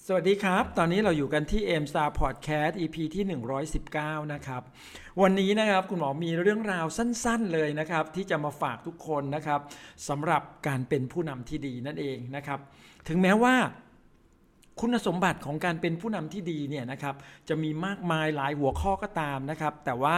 สวัสดีครับตอนนี้เราอยู่กันที่ AIM-Star Podcast EP ที่119นะครับวันนี้นะครับคุณหมอมีเรื่องราวสั้นๆเลยนะครับที่จะมาฝากทุกคนนะครับสำหรับการเป็นผู้นำที่ดีนั่นเองนะครับถึงแม้ว่าคุณสมบัติของการเป็นผู้นำที่ดีเนี่ยนะครับจะมีมากมายหลายหัวข้อก็ตามนะครับแต่ว่า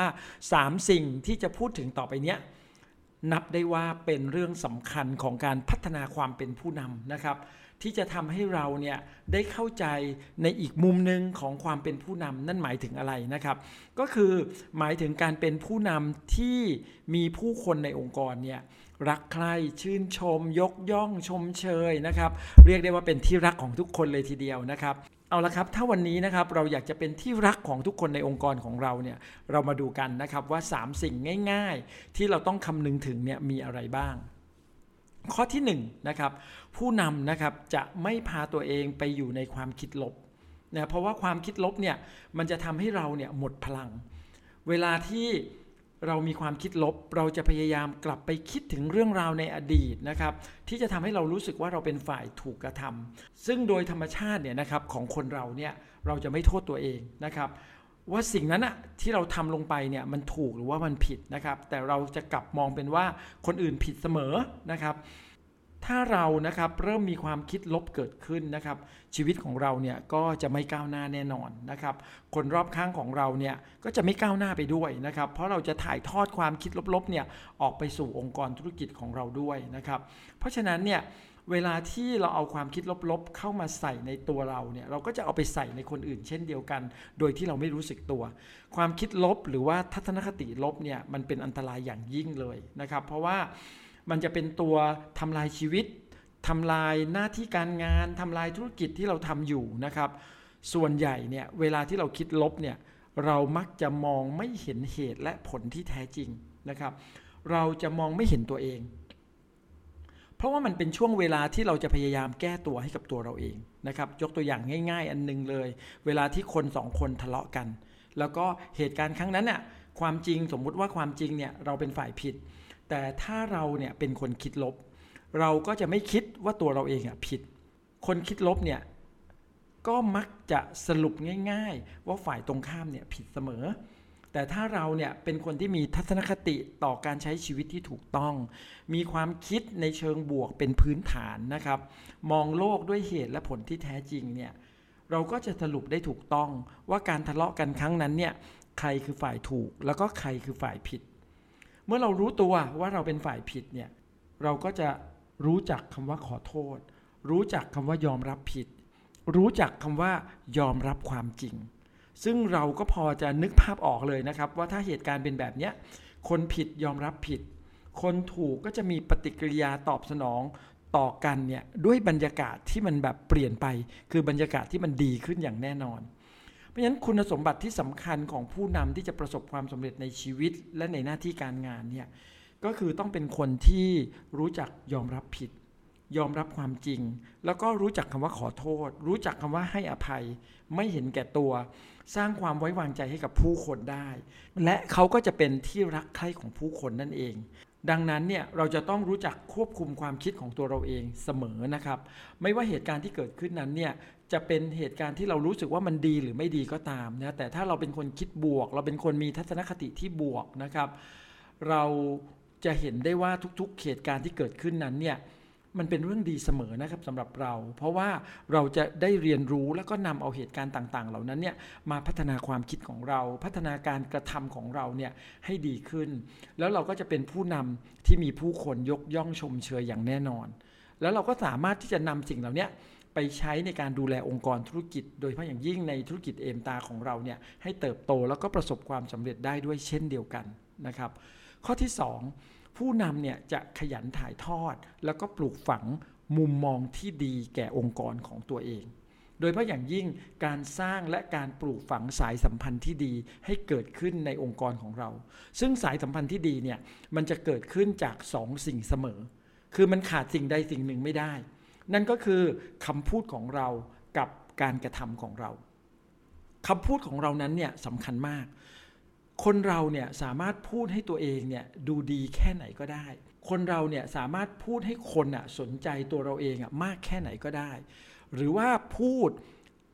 3สิ่งที่จะพูดถึงต่อไปเนี้ยนับได้ว่าเป็นเรื่องสำคัญของการพัฒนาความเป็นผู้นำนะครับที่จะทำให้เราเนี่ยได้เข้าใจในอีกมุมนึงของความเป็นผู้นำนั่นหมายถึงอะไรนะครับก็คือหมายถึงการเป็นผู้นำที่มีผู้คนในองค์กรเนี่ยรักใคร่ชื่นชมยกย่องชมเชยนะครับเรียกได้ว่าเป็นที่รักของทุกคนเลยทีเดียวนะครับเอาละครับถ้าวันนี้นะครับเราอยากจะเป็นที่รักของทุกคนในองค์กรของเราเนี่ยเรามาดูกันนะครับว่า3สิ่งง่ายๆที่เราต้องคำนึงถึงเนี่ยมีอะไรบ้างข้อที่1นะครับผู้นำนะครับจะไม่พาตัวเองไปอยู่ในความคิดลบนะเพราะว่าความคิดลบเนี่ยมันจะทำให้เราเนี่ยหมดพลังเวลาที่เรามีความคิดลบเราจะพยายามกลับไปคิดถึงเรื่องราวในอดีตนะครับที่จะทำให้เรารู้สึกว่าเราเป็นฝ่ายถูกกระทำซึ่งโดยธรรมชาติเนี่ยนะครับของคนเราเนี่ยเราจะไม่โทษตัวเองนะครับว่าสิ่งนั้นอะที่เราทำลงไปเนี่ยมันถูกหรือว่ามันผิดนะครับแต่เราจะกลับมองเป็นว่าคนอื่นผิดเสมอนะครับถ้าเรานะครับเริ่มมีความคิดลบเกิดขึ้นนะครับชีวิตของเราเนี่ยก็จะไม่ก้าวหน้าแน่นอนนะครับคนรอบข้างของเราเนี่ยก็จะไม่ก้าวหน้าไปด้วยนะครับเพราะเราจะถ่ายทอดความคิดลบๆเนี่ยออกไปสู่องค์กรธุรกิจของเราด้วยนะครับเพราะฉะนั้นเนี่ยเวลาที่เราเอาความคิดลบๆเข้ามาใส่ในตัวเราเนี่ยเราก็จะเอาไปใส่ในคนอื่นเช่นเดียวกันโดยที่เราไม่รู้สึกตัวความคิดลบหรือว่าทัศนคติลบเนี่ยมันเป็นอันตรายอย่างยิ่งเลยนะครับเพราะว่ามันจะเป็นตัวทำลายชีวิตทำลายหน้าที่การงานทำลายธุรกิจที่เราทำอยู่นะครับส่วนใหญ่เนี่ยเวลาที่เราคิดลบเนี่ยเรามักจะมองไม่เห็นเหตุและผลที่แท้จริงนะครับเราจะมองไม่เห็นตัวเองเพราะว่ามันเป็นช่วงเวลาที่เราจะพยายามแก้ตัวให้กับตัวเราเองนะครับยกตัวอย่างง่ายๆอันนึงเลยเวลาที่คน2คนทะเลาะกันแล้วก็เหตุการณ์ครั้งนั้นน่ะความจริงสมมุติว่าความจริงเนี่ยเราเป็นฝ่ายผิดแต่ถ้าเราเนี่ยเป็นคนคิดลบเราก็จะไม่คิดว่าตัวเราเองผิดคนคิดลบเนี่ยก็มักจะสรุปง่ายๆว่าฝ่ายตรงข้ามเนี่ยผิดเสมอแต่ถ้าเราเนี่ยเป็นคนที่มีทัศนคติต่อการใช้ชีวิตที่ถูกต้องมีความคิดในเชิงบวกเป็นพื้นฐานนะครับมองโลกด้วยเหตุและผลที่แท้จริงเนี่ยเราก็จะสรุปได้ถูกต้องว่าการทะเลาะกันครั้งนั้นเนี่ยใครคือฝ่ายถูกแล้วก็ใครคือฝ่ายผิดเมื่อเรารู้ตัวว่าเราเป็นฝ่ายผิดเนี่ยเราก็จะรู้จักคำว่าขอโทษรู้จักคำว่ายอมรับผิดรู้จักคำว่ายอมรับความจริงซึ่งเราก็พอจะนึกภาพออกเลยนะครับว่าถ้าเหตุการณ์เป็นแบบนี้คนผิดยอมรับผิดคนถูกก็จะมีปฏิกิริยาตอบสนองต่อกันเนี่ยด้วยบรรยากาศที่มันแบบเปลี่ยนไปคือบรรยากาศที่มันดีขึ้นอย่างแน่นอนเพราะฉะนั้นคุณสมบัติที่สำคัญของผู้นำที่จะประสบความสำเร็จในชีวิตและในหน้าที่การงานเนี่ยก็คือต้องเป็นคนที่รู้จักยอมรับผิดยอมรับความจริงแล้วก็รู้จักคำว่าขอโทษรู้จักคำว่าให้อภัยไม่เห็นแก่ตัวสร้างความไว้วางใจให้กับผู้คนได้และเขาก็จะเป็นที่รักใคร่ของผู้คนนั่นเองดังนั้นเนี่ยเราจะต้องรู้จักควบคุมความคิดของตัวเราเองเสมอนะครับไม่ว่าเหตุการณ์ที่เกิดขึ้นนั้นเนี่ยจะเป็นเหตุการณ์ที่เรารู้สึกว่ามันดีหรือไม่ดีก็ตามนะแต่ถ้าเราเป็นคนคิดบวกเราเป็นคนมีทัศนคติที่บวกนะครับเราจะเห็นได้ว่าทุกๆเหตุการณ์ที่เกิดขึ้นนั้นเนี่ยมันเป็นเรื่องดีเสมอนะครับสำหรับเราเพราะว่าเราจะได้เรียนรู้แล้วก็นำเอาเหตุการณ์ต่างๆเหล่านั้นเนี่ยมาพัฒนาความคิดของเราพัฒนาการกระทำของเราเนี่ยให้ดีขึ้นแล้วเราก็จะเป็นผู้นำที่มีผู้คนยกย่องชมเชยอย่างแน่นอนแล้วเราก็สามารถที่จะนำสิ่งเหล่านี้ไปใช้ในการดูแลองค์กรธุรกิจโดยเฉพาะอย่างยิ่งในธุรกิจเอมตาของเราเนี่ยให้เติบโตแล้วก็ประสบความสำเร็จได้ด้วยเช่นเดียวกันนะครับข้อที่2ผู้นำเนี่ยจะขยันถ่ายทอดแล้วก็ปลูกฝังมุมมองที่ดีแก่องค์กรของตัวเองโดยเฉพาะอย่างยิ่งการสร้างและการปลูกฝังสายสัมพันธ์ที่ดีให้เกิดขึ้นในองค์กรของเราซึ่งสายสัมพันธ์ที่ดีเนี่ยมันจะเกิดขึ้นจาก2สิ่งเสมอคือมันขาดสิ่งใดสิ่งหนึ่งไม่ได้นั่นก็คือคำพูดของเรากับการกระทำของเราคำพูดของเรานั้นเนี่ยสำคัญมากคนเราเนี่ยสามารถพูดให้ตัวเองเนี่ยดูดีแค่ไหนก็ได้คนเราเนี่ยสามารถพูดให้คนสนใจตัวเราเองมากแค่ไหนก็ได้หรือว่าพูด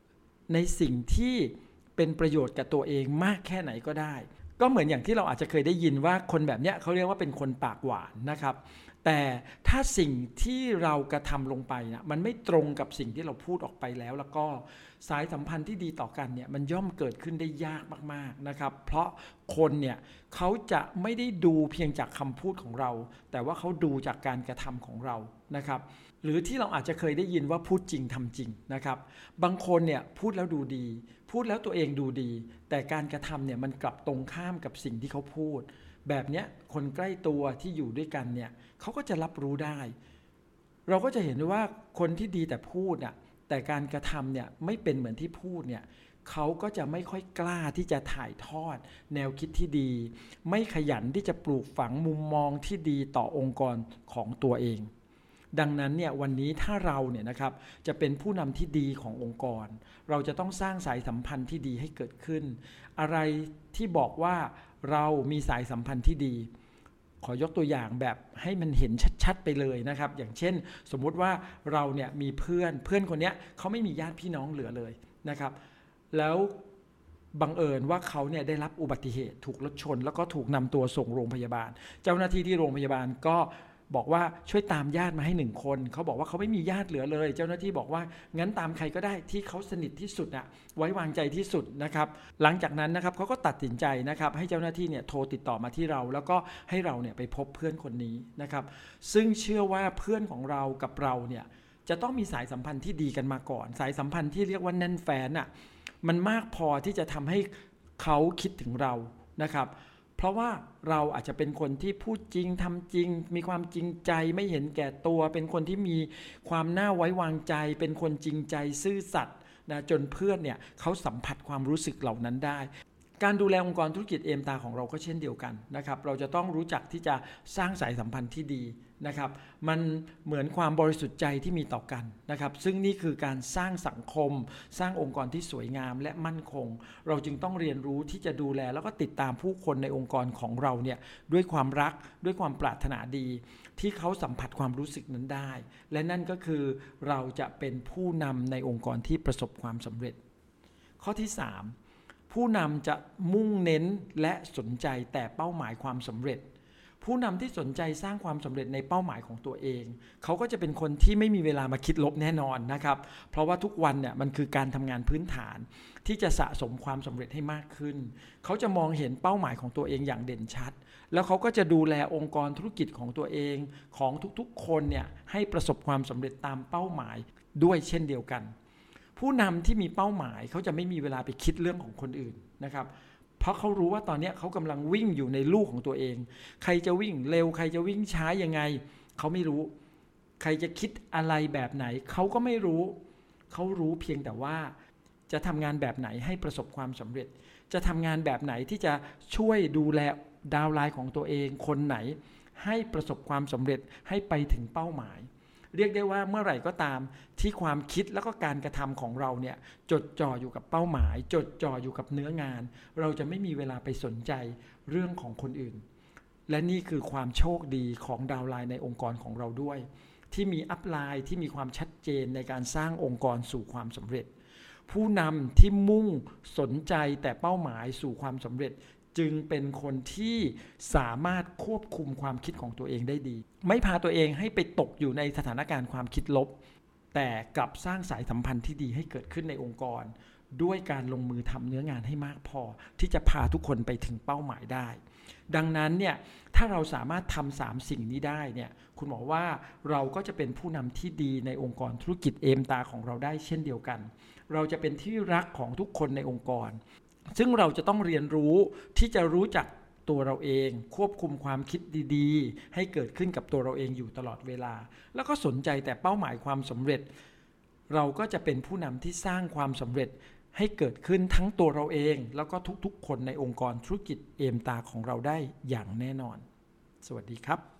ในสิ่งที่เป็นประโยชน์กับตัวเองมากแค่ไหนก็ได้ก็เหมือนอย่างที่เราอาจจะเคยได้ยินว่าคนแบบนี้เขาเรียกว่าเป็นคนปากหวานนะครับแต่ถ้าสิ่งที่เรากระทำลงไปนะมันไม่ตรงกับสิ่งที่เราพูดออกไปแล้วก็สายสัมพันธ์ที่ดีต่อกันเนี่ยมันย่อมเกิดขึ้นได้ยากมากๆนะครับเพราะคนเนี่ยเขาจะไม่ได้ดูเพียงจากคำพูดของเราแต่ว่าเขาดูจากการกระทำของเรานะครับหรือที่เราอาจจะเคยได้ยินว่าพูดจริงทำจริงนะครับบางคนเนี่ยพูดแล้วดูดีพูดแล้วตัวเองดูดีแต่การกระทำเนี่ยมันกลับตรงข้ามกับสิ่งที่เขาพูดแบบเนี้ยคนใกล้ตัวที่อยู่ด้วยกันเนี่ยเขาก็จะรับรู้ได้เราก็จะเห็นว่าคนที่ดีแต่พูดอ่ะแต่การกระทำเนี่ยไม่เป็นเหมือนที่พูดเนี่ยเขาก็จะไม่ค่อยกล้าที่จะถ่ายทอดแนวคิดที่ดีไม่ขยันที่จะปลูกฝังมุมมองที่ดีต่อองค์กรของตัวเองดังนั้นเนี่ยวันนี้ถ้าเราเนี่ยนะครับจะเป็นผู้นำที่ดีขององค์กรเราจะต้องสร้างสายสัมพันธ์ที่ดีให้เกิดขึ้นอะไรที่บอกว่าเรามีสายสัมพันธ์ที่ดีขอยกตัวอย่างแบบให้มันเห็นชัดๆไปเลยนะครับอย่างเช่นสมมุติว่าเราเนี่ยมีเพื่อนคนนี้เขาไม่มีญาติพี่น้องเหลือเลยนะครับแล้วบังเอิญว่าเขาเนี่ยได้รับอุบัติเหตุถูกรถชนแล้วก็ถูกนำตัวส่งโรงพยาบาลเจ้าหน้าที่ที่โรงพยาบาลก็บอกว่าช่วยตามญาติมาให้1คนเขาบอกว่าเขาไม่มีญาติเหลือเลยเจ้าหน้าที่บอกว่างั้นตามใครก็ได้ที่เขาสนิทที่สุดอะไว้วางใจที่สุดนะครับหลังจากนั้นนะครับเขาก็ตัดสินใจนะครับให้เจ้าหน้าที่เนี่ยโทรติดต่อมาที่เราแล้วก็ให้เราเนี่ยไปพบเพื่อนคนนี้นะครับซึ่งเชื่อว่าเพื่อนของเรากับเราเนี่ยจะต้องมีสายสัมพันธ์ที่ดีกันมาก่อนสายสัมพันธ์ที่เรียกว่าแน่นแฟ้นอะมันมากพอที่จะทำให้เขาคิดถึงเรานะครับเพราะว่าเราอาจจะเป็นคนที่พูดจริงทำจริงมีความจริงใจไม่เห็นแก่ตัวเป็นคนที่มีความน่าไว้วางใจเป็นคนจริงใจซื่อสัตย์นะจนเพื่อนเนี่ยเขาสัมผัสความรู้สึกเหล่านั้นได้การดูแลองค์กรธุรกิจเอมตาของเราก็เช่นเดียวกันนะครับเราจะต้องรู้จักที่จะสร้างสายสัมพันธ์ที่ดีนะครับมันเหมือนความบริสุทธิ์ใจที่มีต่อกันนะครับซึ่งนี่คือการสร้างสังคมสร้างองค์กรที่สวยงามและมั่นคงเราจึงต้องเรียนรู้ที่จะดูแลแล้วก็ติดตามผู้คนในองค์กรของเราเนี่ยด้วยความรักด้วยความปรารถนาดีที่เขาสัมผัสความรู้สึกนั้นได้และนั่นก็คือเราจะเป็นผู้นำในองค์กรที่ประสบความสำเร็จข้อที่3ผู้นำจะมุ่งเน้นและสนใจแต่เป้าหมายความสำเร็จผู้นำที่สนใจสร้างความสำเร็จในเป้าหมายของตัวเองเขาก็จะเป็นคนที่ไม่มีเวลามาคิดลบแน่นอนนะครับเพราะว่าทุกวันเนี่ยมันคือการทำงานพื้นฐานที่จะสะสมความสำเร็จให้มากขึ้นเขาจะมองเห็นเป้าหมายของตัวเองอย่างเด่นชัดแล้วเขาก็จะดูแลองค์กรธุรกิจของตัวเองของทุกๆคนเนี่ยให้ประสบความสำเร็จตามเป้าหมายด้วยเช่นเดียวกันผู้นำที่มีเป้าหมายเขาจะไม่มีเวลาไปคิดเรื่องของคนอื่นนะครับเพราะเขารู้ว่าตอนนี้เขากำลังวิ่งอยู่ในลู่ของตัวเองใครจะวิ่งเร็วใครจะวิ่งช้ายังไงเขาไม่รู้ใครจะคิดอะไรแบบไหนเขาก็ไม่รู้เขารู้เพียงแต่ว่าจะทำงานแบบไหนให้ประสบความสำเร็จจะทำงานแบบไหนที่จะช่วยดูแลดาวน์ไลน์ของตัวเองคนไหนให้ประสบความสำเร็จให้ไปถึงเป้าหมายเรียกได้ว่าเมื่อไหร่ก็ตามที่ความคิดแล้วก็การกระทำของเราเนี่ยจดจ่ออยู่กับเป้าหมายจดจ่ออยู่กับเนื้องานเราจะไม่มีเวลาไปสนใจเรื่องของคนอื่นและนี่คือความโชคดีของดาวน์ไลน์ในองค์กรของเราด้วยที่มีอัพไลน์ที่มีความชัดเจนในการสร้างองค์กรสู่ความสำเร็จผู้นำที่มุ่งสนใจแต่เป้าหมายสู่ความสำเร็จจึงเป็นคนที่สามารถควบคุมความคิดของตัวเองได้ดีไม่พาตัวเองให้ไปตกอยู่ในสถานการณ์ความคิดลบแต่กลับสร้างสายสัมพันธ์ที่ดีให้เกิดขึ้นในองค์กรด้วยการลงมือทำเนื้องานให้มากพอที่จะพาทุกคนไปถึงเป้าหมายได้ดังนั้นเนี่ยถ้าเราสามารถทำ3สิ่งนี้ได้เนี่ยคุณหมอว่าเราก็จะเป็นผู้นำที่ดีในองค์กรธุรกิจเอมตาของเราได้เช่นเดียวกันเราจะเป็นที่รักของทุกคนในองค์กรซึ่งเราจะต้องเรียนรู้ที่จะรู้จักตัวเราเองควบคุมความคิดดีๆให้เกิดขึ้นกับตัวเราเองอยู่ตลอดเวลาแล้วก็สนใจแต่เป้าหมายความสำเร็จเราก็จะเป็นผู้นำที่สร้างความสำเร็จให้เกิดขึ้นทั้งตัวเราเองแล้วก็ทุกๆคนในองค์กรธุรกิจเอมตาของเราได้อย่างแน่นอนสวัสดีครับ